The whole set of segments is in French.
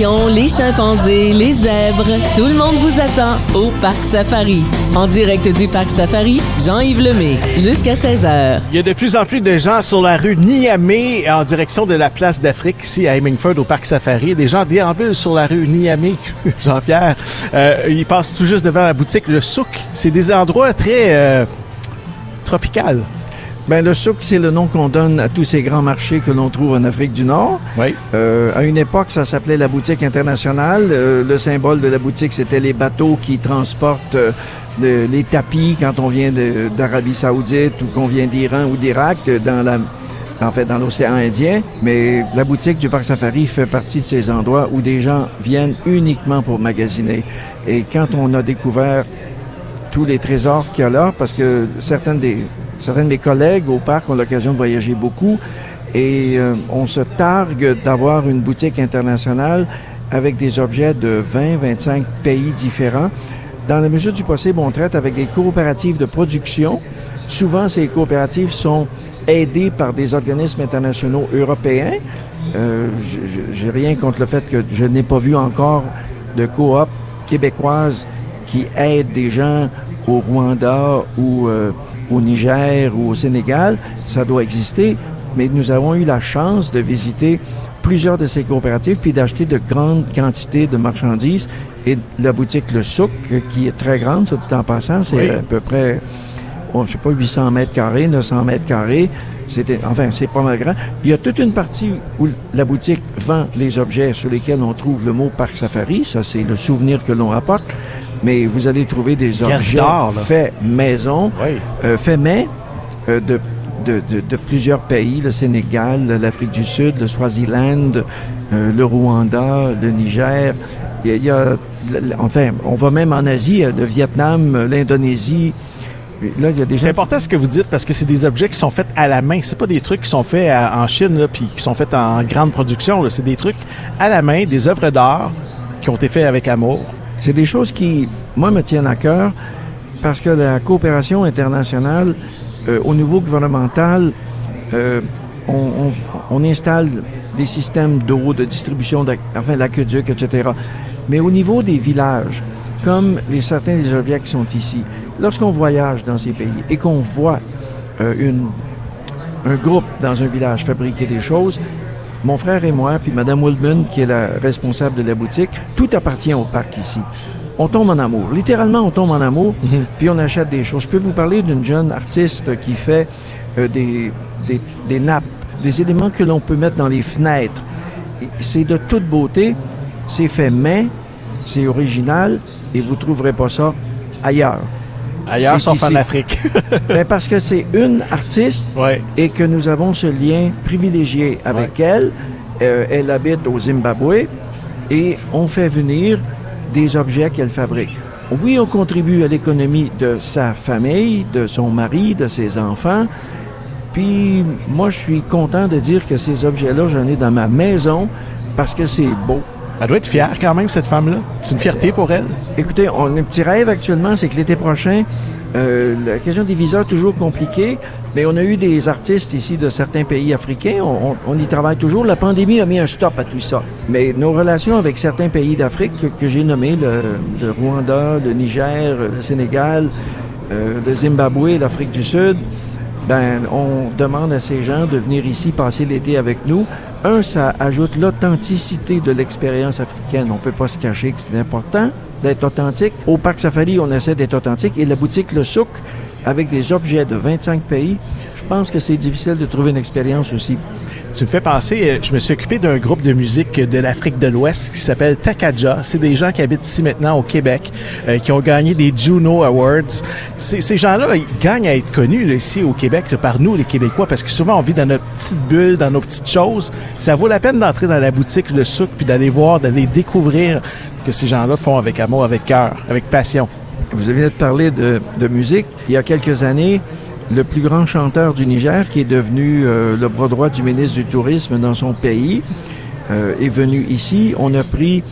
lions, les chimpanzés, les zèbres, tout le monde vous attend au Parc Safari. En direct du Parc Safari, Jean-Yves Lemay, jusqu'à 16h. Il y a de plus en plus de gens sur la rue Niamey en direction de la place d'Afrique, ici à Hemingford au Parc Safari. Des gens déambulent sur la rue Niamey, Jean-Pierre. Ils passent tout juste devant la boutique Le Souk. C'est des endroits très tropicaux. Ben, le souk, c'est le nom qu'on donne à tous ces grands marchés que l'on trouve en Afrique du Nord. Oui. À une époque, ça s'appelait la boutique internationale. Le symbole de la boutique, c'était les bateaux qui transportent les tapis quand on vient d'Arabie Saoudite ou qu'on vient d'Iran ou d'Irak dans l'océan Indien. Mais la boutique du Parc Safari fait partie de ces endroits où des gens viennent uniquement pour magasiner. Et quand on a découvert tous les trésors qu'il y a là, parce que certains de mes collègues au parc ont l'occasion de voyager beaucoup et on se targue d'avoir une boutique internationale avec des objets de 20-25 pays différents. Dans la mesure du possible, on traite avec des coopératives de production. Souvent, ces coopératives sont aidées par des organismes internationaux européens. J'ai rien contre le fait que je n'ai pas vu encore de coop québécoise qui aide des gens au Rwanda ou au Niger ou au Sénégal. Ça doit exister, mais nous avons eu la chance de visiter plusieurs de ces coopératives puis d'acheter de grandes quantités de marchandises. Et la boutique Le Souk, qui est très grande, ça dit en passant, c'est à peu près, 800 mètres carrés, 900 mètres carrés. C'est pas mal grand. Il y a toute une partie où la boutique vend les objets sur lesquels on trouve le mot Parc Safari. Ça, c'est le souvenir que l'on apporte. Mais vous allez trouver des objets faits maison, faits main, de plusieurs pays, le Sénégal, l'Afrique du Sud, le Swaziland, le Rwanda, le Niger. On va même en Asie, le Vietnam, l'Indonésie. Là, c'est important ce que vous dites parce que c'est des objets qui sont faits à la main. C'est pas des trucs qui sont faits en Chine là, puis qui sont faits en grande production. Là. C'est des trucs à la main, des œuvres d'art qui ont été faits avec amour. C'est des choses qui, moi, me tiennent à cœur parce que la coopération internationale, au niveau gouvernemental, on installe des systèmes d'eau, de distribution, l'aqueduc, etc. Mais au niveau des villages, comme certains des objets qui sont ici, lorsqu'on voyage dans ces pays et qu'on voit un groupe dans un village fabriquer des choses, mon frère et moi, puis Mme Wildman, qui est la responsable de la boutique, tout appartient au parc ici. On tombe en amour. Littéralement, on tombe en amour, puis on achète des choses. Je peux vous parler d'une jeune artiste qui fait des nappes, des éléments que l'on peut mettre dans les fenêtres. C'est de toute beauté, c'est fait main, c'est original, et vous ne trouverez pas ça ailleurs. Ailleurs, sauf en Afrique. Ben parce que c'est une artiste et que nous avons ce lien privilégié avec elle. Elle habite au Zimbabwe et on fait venir des objets qu'elle fabrique. Oui, on contribue à l'économie de sa famille, de son mari, de ses enfants. Puis moi, je suis content de dire que ces objets-là, j'en ai dans ma maison parce que c'est beau. Elle doit être fière quand même, cette femme-là. C'est une fierté pour elle. Écoutez, on a un petit rêve actuellement, c'est que l'été prochain, la question des visas est toujours compliquée, mais on a eu des artistes ici de certains pays africains. On y travaille toujours. La pandémie a mis un stop à tout ça. Mais nos relations avec certains pays d'Afrique que j'ai nommés, le Rwanda, le Niger, le Sénégal, le Zimbabwe, l'Afrique du Sud, on demande à ces gens de venir ici passer l'été avec nous. Ça ajoute l'authenticité de l'expérience africaine. On ne peut pas se cacher que c'est important d'être authentique. Au Parc Safari, on essaie d'être authentique. Et la boutique Le Souk, avec des objets de 25 pays, je pense que c'est difficile de trouver une expérience aussi. Tu me fais penser, je me suis occupé d'un groupe de musique de l'Afrique de l'Ouest qui s'appelle Takaja. C'est des gens qui habitent ici maintenant au Québec, qui ont gagné des Juno Awards. Ces gens-là, ils gagnent à être connus là, ici au Québec, là, par nous, les Québécois, parce que souvent on vit dans notre petite bulle, dans nos petites choses. Ça vaut la peine d'entrer dans la boutique Le Souk puis d'aller voir, d'aller découvrir que ces gens-là font avec amour, avec cœur, avec passion. Vous venez de parler de musique. Il y a quelques années, le plus grand chanteur du Niger, qui est devenu le bras droit du ministre du Tourisme dans son pays, est venu ici. On a pris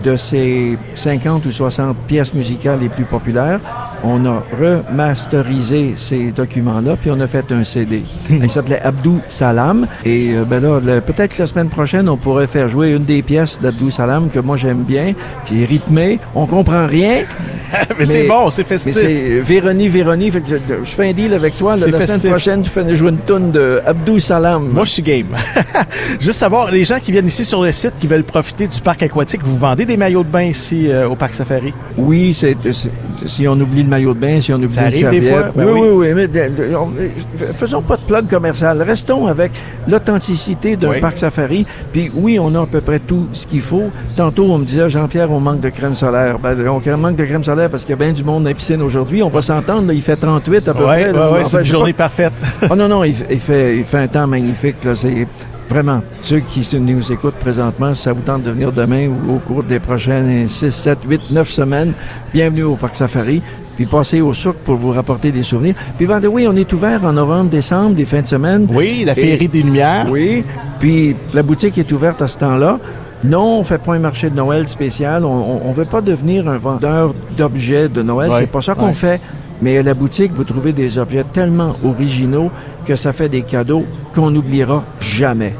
de ces 50 ou 60 pièces musicales les plus populaires. On a remasterisé ces documents-là, puis on a fait un CD. Il s'appelait Abdou Salam. Et peut-être que la semaine prochaine, on pourrait faire jouer une des pièces d'Abdou Salam que moi j'aime bien, qui est rythmée. On comprend rien. mais c'est bon, c'est festif. Mais c'est Véronique. Fait que je fais un deal avec toi. La semaine prochaine, tu fais jouer une toune de Abdou Salam. Moi, je suis game. Juste savoir, les gens qui viennent ici sur le site, qui veulent profiter du parc aquatique, vous vendez des maillots de bain ici au Parc Safari? Oui, si on oublie le maillot de bain, si on oublie ça le arrive des fois. Ben oui. Mais faisons pas de plug commercial. Restons avec l'authenticité d'un parc safari. Puis oui, on a à peu près tout ce qu'il faut. Tantôt, on me disait, Jean-Pierre, on manque de crème solaire. On manque de crème solaire parce qu'il y a bien du monde dans la piscine aujourd'hui. On va s'entendre, là, il fait 38 à peu près. Oui, c'est une journée parfaite. Oh non, il fait un temps magnifique. Là, c'est vraiment, ceux qui nous écoutent présentement, si ça vous tente de venir demain ou au cours des prochaines 6, 7, 8, 9 semaines, bienvenue au Parc Safari. Puis passez au souk pour vous rapporter des souvenirs. Puis oui, on est ouvert en novembre, décembre, des fins de semaine. Oui, la Féerie des Lumières. Oui, puis la boutique est ouverte à ce temps-là. Non, on ne fait pas un marché de Noël spécial. On ne veut pas devenir un vendeur d'objets de Noël. C'est pas ça qu'on fait. Mais à la boutique, vous trouvez des objets tellement originaux que ça fait des cadeaux qu'on n'oubliera jamais.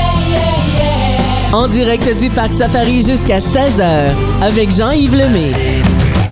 En direct du Parc Safari jusqu'à 16h avec Jean-Yves Lemay.